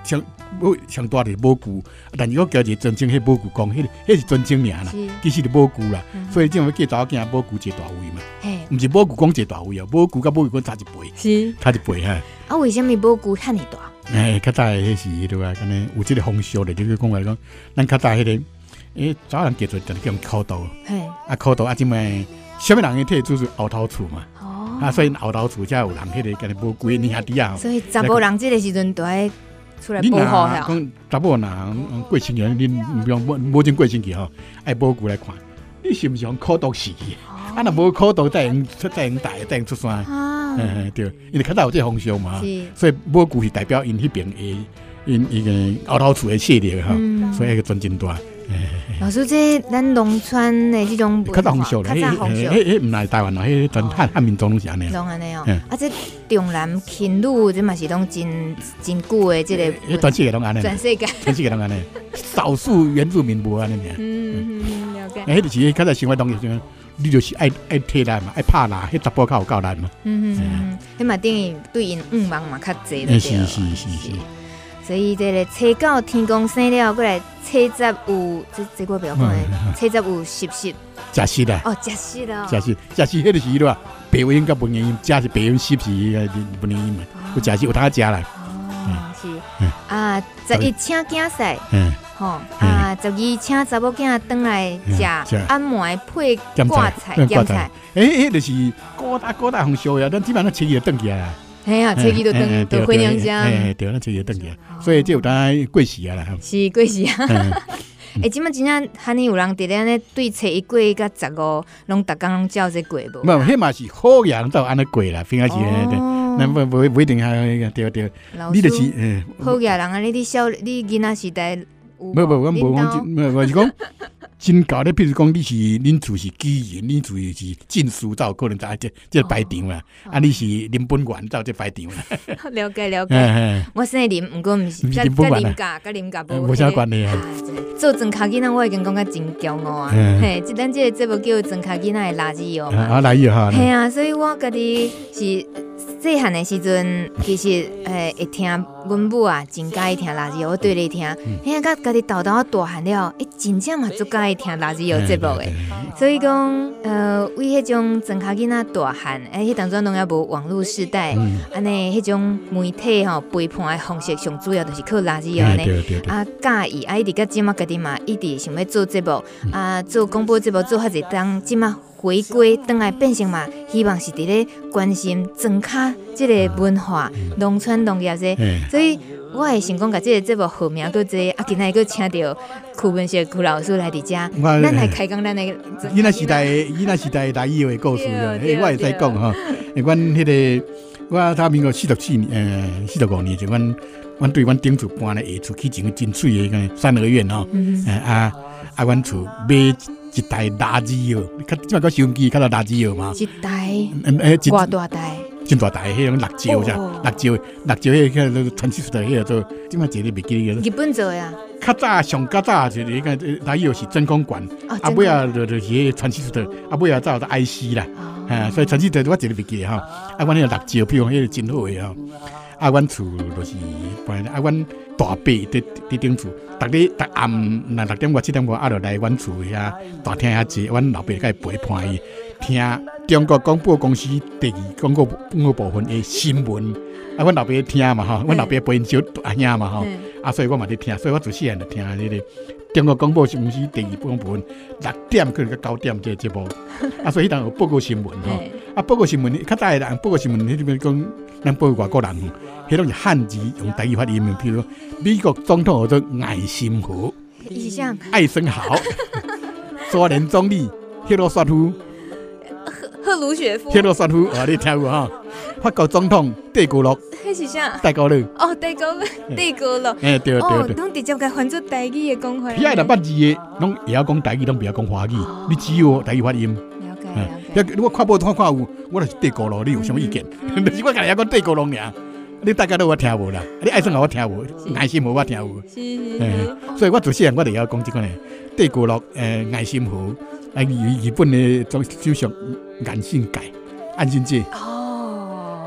上我上大的无辜，但是我叫一个尊称，迄无辜讲，迄迄是尊称名啦，其实是无辜啦。嗯、所以这种叫查某囝无辜一大位嘛，毋是无辜讲一大位哦，无辜甲无辜讲差一倍，是差一倍哈。 啊，为什么无辜遐尼大？ 诶，较早迄是迄个安尼有即个风俗咧，就是讲话讲，咱较早迄个诶，早人叫做就叫苦豆，啊苦豆啊，即卖什么人诶，替就是后头厝嘛。啊，所以后头厝才有人迄个，跟无几年兄弟啊。 所以查甫人这个时阵都爱出来保护呀。 讲查某人过星期，恁唔用无无种过星期吼，爱保护来看，你是毋是用苦毒死去？啊，若无苦毒，再用再用大，再用出山。啊，嗯对，因为较早有这风俗嘛，所以保护是代表因迄边诶，因伊个后头厝诶势力哈，所以迄个尊真大。 老师，这咱农村的这种较早风俗咧，迄迄迄毋来台湾咯，迄全汉汉民族拢是安尼。 拢安尼哦，啊，这重男轻女，这嘛是拢真真久的这个。 迄全世界拢安尼。 全世界。 全世界拢安尼，少数原住民无安尼尔。 嗯嗯，了解。 迄就是较早生活当中，你就是爱爱体力嘛，爱拍力，迄查甫较有够力嘛。 嗯嗯嗯，迄嘛等于对因五忙嘛较济了。是是是是。 所以这个初九天公生了，过来初十有这这个不要讲诶，初十有十十。 食食啦。 哦，食食啦。 食食食食，迄就是迄咯，白话音甲文言音，食是白音，十是文言音嘛。有食食有通食啦。 哦，是。啊，十一请囝婿。嗯。吼啊，十二请查某囝转来食安糜配挂菜咸菜。 诶，迄就是高大高大风俗呀，咱基本上初一就转去啊。 系啊，初二就转就回娘家。 诶，对，咱初二就转去，所以这有当过时啊啦。 是过时啊。诶，即摆真正汉尼有人伫咧安尼对初一过甲十五，拢逐工拢照这过无？ 无，迄嘛是好人都安尼过啦，平常时对，咱无无不一定还对对。 你就是嗯，好人啊！你你小你囡仔时代有无？ 无无，我无讲，无我是讲。真搞咧，譬如讲你是恁厝是妓人，恁厝是进书才有可能在这这排场啦。啊，你是林本源才有这排场啦。 了解了解，我姓林，不过毋是甲林家，甲林家无啥关系啊。 做庄脚囡仔，我已经讲甲真骄傲啊。嘿，即咱这个节目叫庄脚囡仔的垃圾药嘛。 啊，垃圾药哈。 系啊，所以我家己是细汉的时阵，其实诶会听阮母啊，真介意听垃圾药，我对咧听。嘿啊，甲家己豆豆大汉了，诶，真正嘛足介意听垃圾药节目诶。所以讲，呃，为迄种庄脚囡仔大汉，诶，迄当中拢还无网络时代，安尼迄种媒体吼陪伴的方式，上主要就是靠垃圾药呢。啊，介意啊，一直甲即马家己嘛，一直想要做节目，啊，做广播节目做较侪当即马。回归转来变成嘛，希望是伫咧关心庄脚即个文化、农村农业这，所以我会想讲，甲即个节目号名搁这，啊，今仔又请到曲文学曲老师来伫遮，咱来开讲咱的。 伊那时代，伊那时代来以的故事啊，诶，我会使讲吼，诶，阮迄个，我他民国四十四年，呃，四十五年前，阮阮对阮顶厝搬来下厝去一个真水的个三合院吼，诶啊啊，阮厝买一台垃圾药，较即摆个收音机，较到垃圾药嘛。 一台， 嗯诶， 偌大台， 真大台，迄种辣椒咋，辣椒，辣椒迄个那个传奇出来迄个做，即摆一个袂记个。 日本做呀。 较早上较早就是迄个垃圾药是真空管，啊尾啊就就是迄个传奇出来，啊尾啊再有个 I C 啦，啊所以传奇出来我一个袂记吼，啊阮迄个辣椒，譬如迄个真好个吼。啊，阮厝就是，啊，阮大伯伫伫顶厝，逐日逐暗那六点外七点外，啊，就来阮厝遐大厅遐坐，阮老爸甲伊陪伴伊听中国广播公司第二广播广播部分的新闻。啊，阮老爸听嘛吼，阮老爸陪因小阿兄嘛吼，啊，所以我嘛伫听，所以我自细汉就听迄个中国广播公司第二广播部分六点可能到九点这个节目，啊，所以迄当有报告新闻吼，啊，报告新闻较早的人报告新闻，迄边讲。咱报外国人，迄种是汉字用台语发音，譬如说美国总统叫做艾森豪，艾森豪，苏联总理赫鲁雪夫， 赫鲁雪夫， 赫鲁雪夫，啊，你听过哈？法国总统戴高乐， 迄是啥？ 戴高乐， 哦，戴高乐，戴高乐， 哎，对对对， 拢直接甲换做台语的讲法。 遐个捌字的，拢会晓讲台语，拢不晓讲华语，你只有台语发音。 了解，我看报看看有，我就是戴高乐，你有啥物意见？就是我家己讲戴高乐尔，你大家都我听无啦，你爱算我听无，爱心无我听无。是，所以我自细汉我就晓讲即个呢，戴高乐，诶，爱心湖，啊，日日本的总首相岸信介，岸信介。 哦，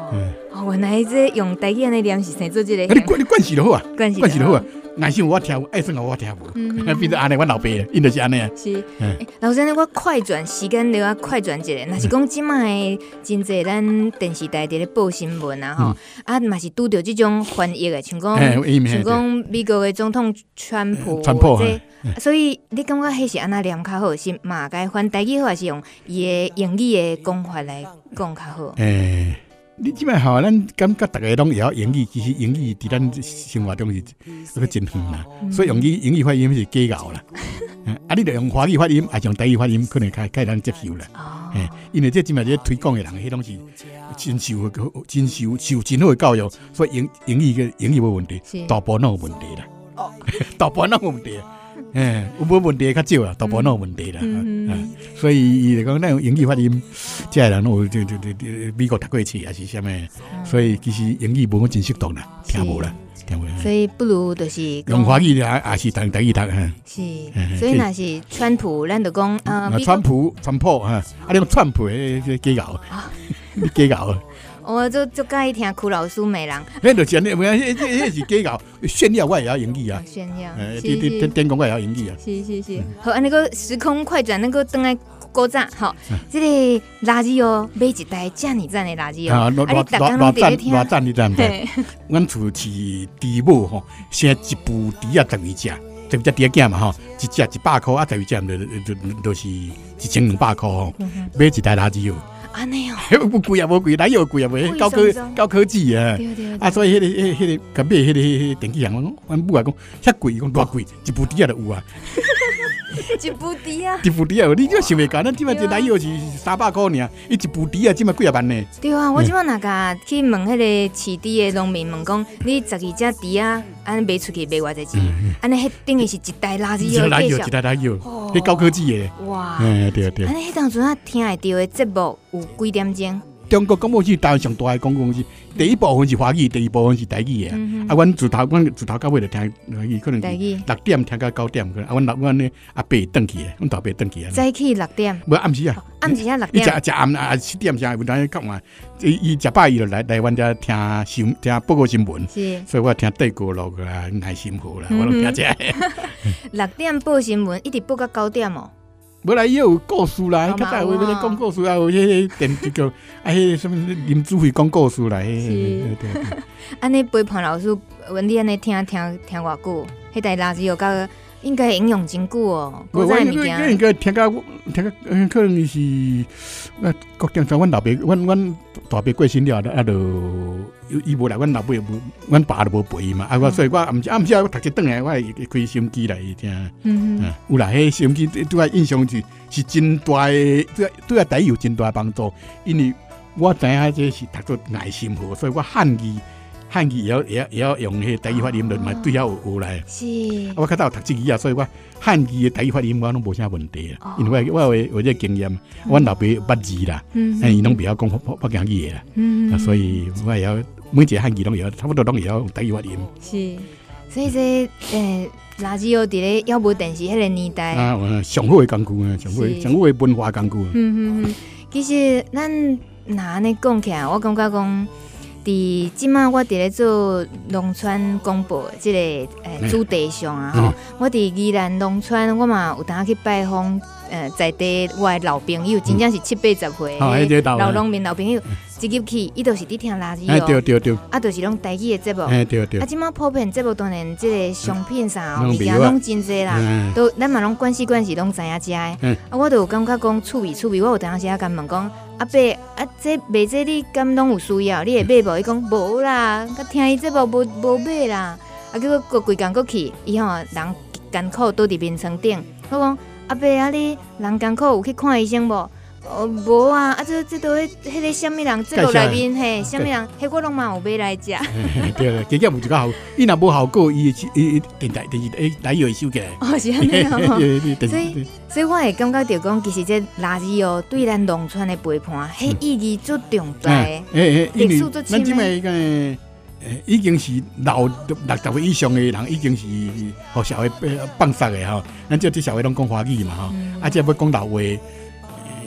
嗯， 哦，原来这用台语安尼念是生做这个。 你管你管事就好啊， 关系管事就好啊。爱听我听，爱算我听无，变做安尼，阮老爸因就是安尼啊。 是，老师，我快转时间，你我快转一下。若是讲即卖真济咱电视台伫咧报新闻啊吼，啊嘛是拄着即种翻译的，像讲像讲美国的总统川普， 川普， 所以你感觉迄是安那念较好，是嘛该翻台语好，还是用伊的英语的讲法来讲较好？ 诶。你即摆吼，咱感觉大家拢会晓英语，其实英语伫咱生活中是那个真远啦，嗯、所以用英英语发音是假咬啦。啊，你著用华语发音，还是用台语发音，可能较较人接受啦。哦，因为这即摆咧推广的人，迄拢是真受真受受真好的教育，所以英英语个英语无问题，大部分拢有问题啦。哦，大部分拢有问题。诶，有无问题较少啦，大部分拢有问题啦。嗯嗯、所以伊就讲，咱用英语发音，即个人拢有就就就美国读过册还是啥物，嗯、所以其实英语无真适当啦，听无啦，听无。 所以不如就是用华语啦，也是同台语读哈。 是，所以若是川普，咱就讲啊， 川普川普哈，啊你用川普迄假搞，你假搞。 我就就介意听苦老师骂人。 那就是安尼，迄迄是假搞，炫耀我也要英语啊。 炫耀， 诶，点点点讲我也要英语啊。 是是是，好，安尼个时空快转，那个等来古早，吼，这个垃圾哦，买一台遮尔赞的垃圾哦，啊，你大家拢伫咧听。 偌赞你知唔知？阮厝是猪母吼，生一部猪啊十二只，十二只猪仔嘛吼，一只一百箍，啊十二只就就就是一千两百箍吼，买一台垃圾哦。 安尼哦， 有贵也无贵，哪有贵也无，高科高科技啊！啊，所以迄个迄迄个，甲买迄个迄个电器行，阮母啊讲，遐贵，讲偌贵，一部猪仔就有啊。 一部猪啊， 一部猪啊，你这想袂到，咱即摆一台药是三百块尔，伊一部猪啊，即摆几啊万呢？ 对啊，我即摆若甲去问迄个饲猪的农民问讲，你十二只猪啊，安卖出去卖偌济钱？安尼迄等于是一台垃圾药， 一台垃圾药，一台垃圾药，迄高科技的。哇！嗯，对对。 安尼迄当阵啊，听会到的节目有几点钟？ 中国广播公司台湾上大的广播公司，第一部分是华语，第二部分是台语的。嗯、啊，阮自头阮自头到尾就听台语，可能六点听到九点，可能啊，阮六阮呢阿伯转去的，阮大伯转去的。 早起六点， 无暗时啊， 暗时啊六点。 伊食食暗啊七点钟，有当讲嘛，伊伊食饱伊就来来阮遮听新听报告新闻，是，所以我听帝国路啦、爱心号啦，我拢听这。 六点报新闻，一直报到九点哦。 无来也有故事啦，较早有咧讲故事啊，有迄个电视剧，啊，迄个什么林祖辉讲故事啦，嘿，对对。 安尼陪伴老师，阮你安尼听听听偌久，迄台垃圾药到应该影响真久哦。古早物件， 应该听到听到，可能是啊，各点上阮老爸，阮阮大伯过身了，啊，就伊无来，阮老爸无，阮爸就无陪伊嘛，啊，我所以我暗时暗时我读册转来，我会开收音机来听，嗯嗯，有啦，迄收音机对我印象是是真大的，对对啊，台语有真大帮助，因为我知影这是读做爱心号，所以我汉语。汉语也要也要也要用迄台语发音，就嘛对遐有有来。是。我较早读这个啊，所以我汉语的台语发音我拢无啥问题啊。因为我我有有这经验，阮老爸捌字啦，哎，伊拢比较讲福福建语的啦。嗯。所以我也要每一个汉语拢要，差不多拢也要用台语发音。 是。所以这诶，垃圾药伫咧要无电视迄个年代啊，上好的工具啊，上好上好的文化工具。嗯嗯嗯。其实咱若安尼讲起来，我感觉讲。伫即马我伫咧做农村广播即个诶主题上啊吼，我伫宜兰农村，我嘛有当去拜访呃在地我的老朋友，真正是七八十岁老农民老朋友，一入去伊就是伫听垃圾哦， 对对对， 啊，就是拢台语的节目， 哎对对， 啊，即马普遍节目当然即个商品啥物件拢真济啦，都咱嘛拢关系关系拢知影食的，啊，我就有感觉讲趣味趣味，我有当时啊甲问讲。阿伯，啊，这卖这你敢拢有需要？你会买无？伊讲无啦，甲听伊这无无无买啦。啊，结果过规工过去，伊吼人艰苦倒伫面床顶。我讲阿伯啊，你人艰苦有去看医生无？哦，无啊，啊，这这都迄迄个什么人节目内面嘿，什么人，迄我拢嘛有买来食。 对，加减有一个效，伊若无效果，伊伊电台电视诶来又会收起来。 哦，是安尼哦。所以，所以我会感觉着讲，其实这垃圾哦，对咱农村的陪伴，迄意义足重大诶，历史足深诶。已经是老六十岁以上的人，已经是互社会放杀的吼。咱这这社会拢讲华语嘛吼，啊，这要讲老话。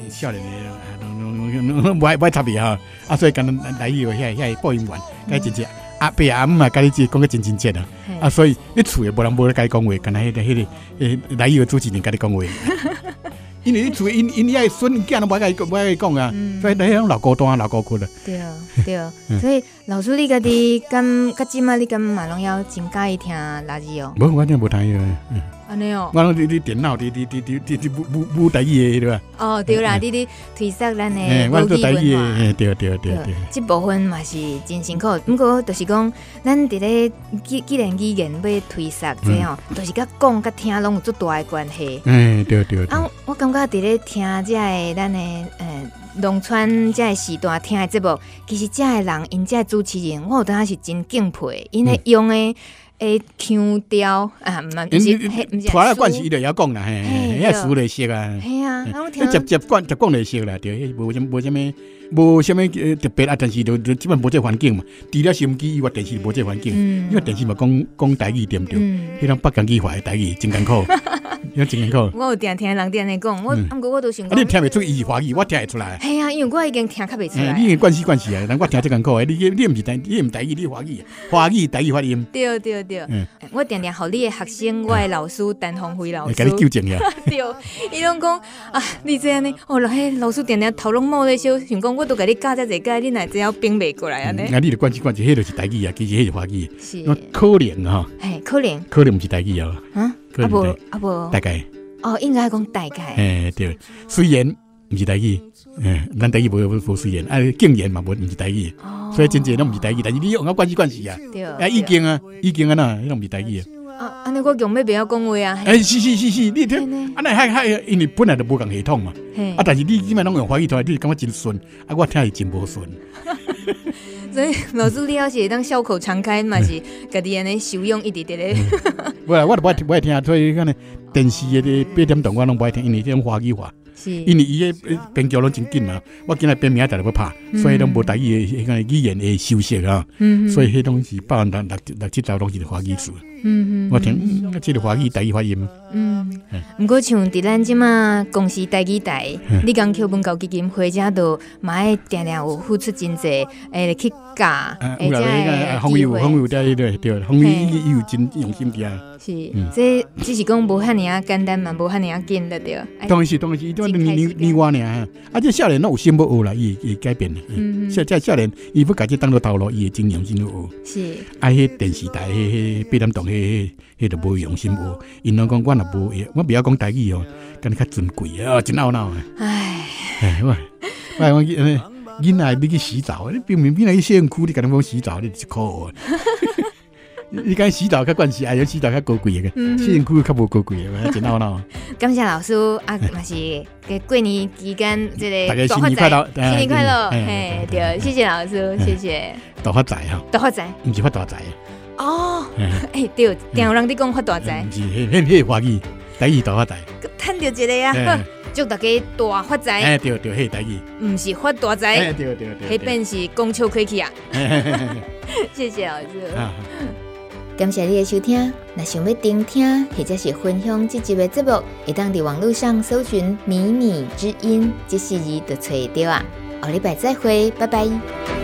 少年的，不爱不爱插别哈，啊，所以跟来以后遐遐播音员，该真正阿伯阿姆啊，跟你讲个真真切啊，啊，所以你厝也无人无咧跟你讲话，跟那迄个迄个诶来以后主持人跟你讲话。因为你厝因因遐孙囝都无甲伊无甲伊讲啊，所以那种老孤单老孤苦了。 对对，所以老师你家己敢甲即马你敢嘛拢要真介意听垃圾哦？ 无，我真无听伊个。 安尼哦。 我拢伫伫电脑伫伫伫伫伫伫舞舞舞台语的对吧？ 哦，对啦，你伫推测咱的我做台语的， 对对对对。 这部分嘛是真辛苦，不过就是讲，咱伫咧既既然语言要推测这吼，就是甲讲甲听拢有足大的关系。 嗯，对对。 啊，我感觉伫咧听这个咱的呃农村这个时段听的节目，其实这个人因这个主持人，我有当下是真敬佩，因为用的。诶，腔调啊，唔是，唔是， 拖了关系伊就要讲啦，嘿，遐熟来熟啊， 系啊，我听， 接接惯接讲来熟啦，对，无什无什么，无什么特别啊，但是就就基本无这环境嘛，除了收音机以外，电视无这环境，因为电视嘛讲讲台语对唔对？迄种北京语话的台语真艰苦，迄真艰苦。 我有定听人定安尼讲，我毋过我都想讲， 你听袂出伊华语，我听会出来。 系啊，因为我已经听较袂出来。 你已经惯死惯死啊，人我听这艰苦，你你毋是台，你毋台语，你华语，华语台语发音。 对对对，我定定互你的学生，我的老师陈鸿辉老师， 甲你纠正呀。 对，伊拢讲啊，你这样呢？哦，迄老师定定头拢摸咧烧，想讲我都甲你教遮济届，你哪只要并袂过来安尼？ 啊，你著惯死惯死，迄就是台语啊，其实迄是华语。 是。 可能哈。 嘿，可能。 可能毋是台语啊。 啊？啊无啊无。 大概。 哦，应该讲大概。 诶，对，虽然毋是台语，诶，咱台语无无虽然，啊，竟然嘛无毋是台语，所以真侪拢毋是台语，但是你用啊关系关系啊，啊，意见啊，意见啊呐，迄拢毋是台语啊。 啊，安尼我强要不要讲话啊？ 诶，是是是是，你听，啊，那还还因为本来就无共系统嘛，啊，但是你即摆拢用华语台，你感觉真顺，啊，我听是真无顺。 所以老师你要是当笑口常开嘛是，家己安尼受用一直直咧。 不啦，我都不爱不爱听，所以讲呢，电视的八点档我拢不爱听，因为这种华语话，因为伊个编剧拢真紧嘛，我今日编名大家要拍，所以拢无台语的迄个语言的修饰啊，所以迄东西百分之六六七十拢是华语词。嗯嗯，我听，嗯，这个华语台语发音。嗯， 不过像伫咱即马公司台语台，你讲口文教基金会者都嘛爱定定有付出真济，诶去教， 诶，这方友方友对对对，方友伊有真用心啲啊。 是，这只是讲无遐尔啊简单嘛，无遐尔啊紧了对。 当然是当然是，因为年年年外呢，啊，这少年拢有心要学啦，伊会改变的。嗯，这这少年伊要家己当做头路，伊会真用心去学。是，啊，迄电视台迄迄八点档。迄迄就无用心学，因拢讲我若无，我不要讲台语哦，敢若较尊贵啊，真懊恼啊！唉，唉，我我我囡仔你去洗澡，你明明明来去洗身躯，你敢若讲洗澡，你是苦啊！你讲洗澡较关系，哎呀，洗澡较高贵个，洗身躯较无高贵个，真懊恼。 感谢老师啊，嘛是给过年期间这个大家新年快乐， 新年快乐，嘿，对，谢谢老师，谢谢。 大发财哈！ 大发财， 毋是发大财。 哦，哎对，定有人伫讲发大财， 毋是，迄迄迄华语，台语大发财， 趁到一个啊，祝大家大发财。 哎对对，迄台语， 毋是发大财， 哎对对对， 迄边是讲笑亏去啊。谢谢老师，感谢你的收听。若想要聆听或者是分享这集的节目，会当伫网络上搜寻“米米之音”这四字就找得到啊。下礼拜再会，拜拜。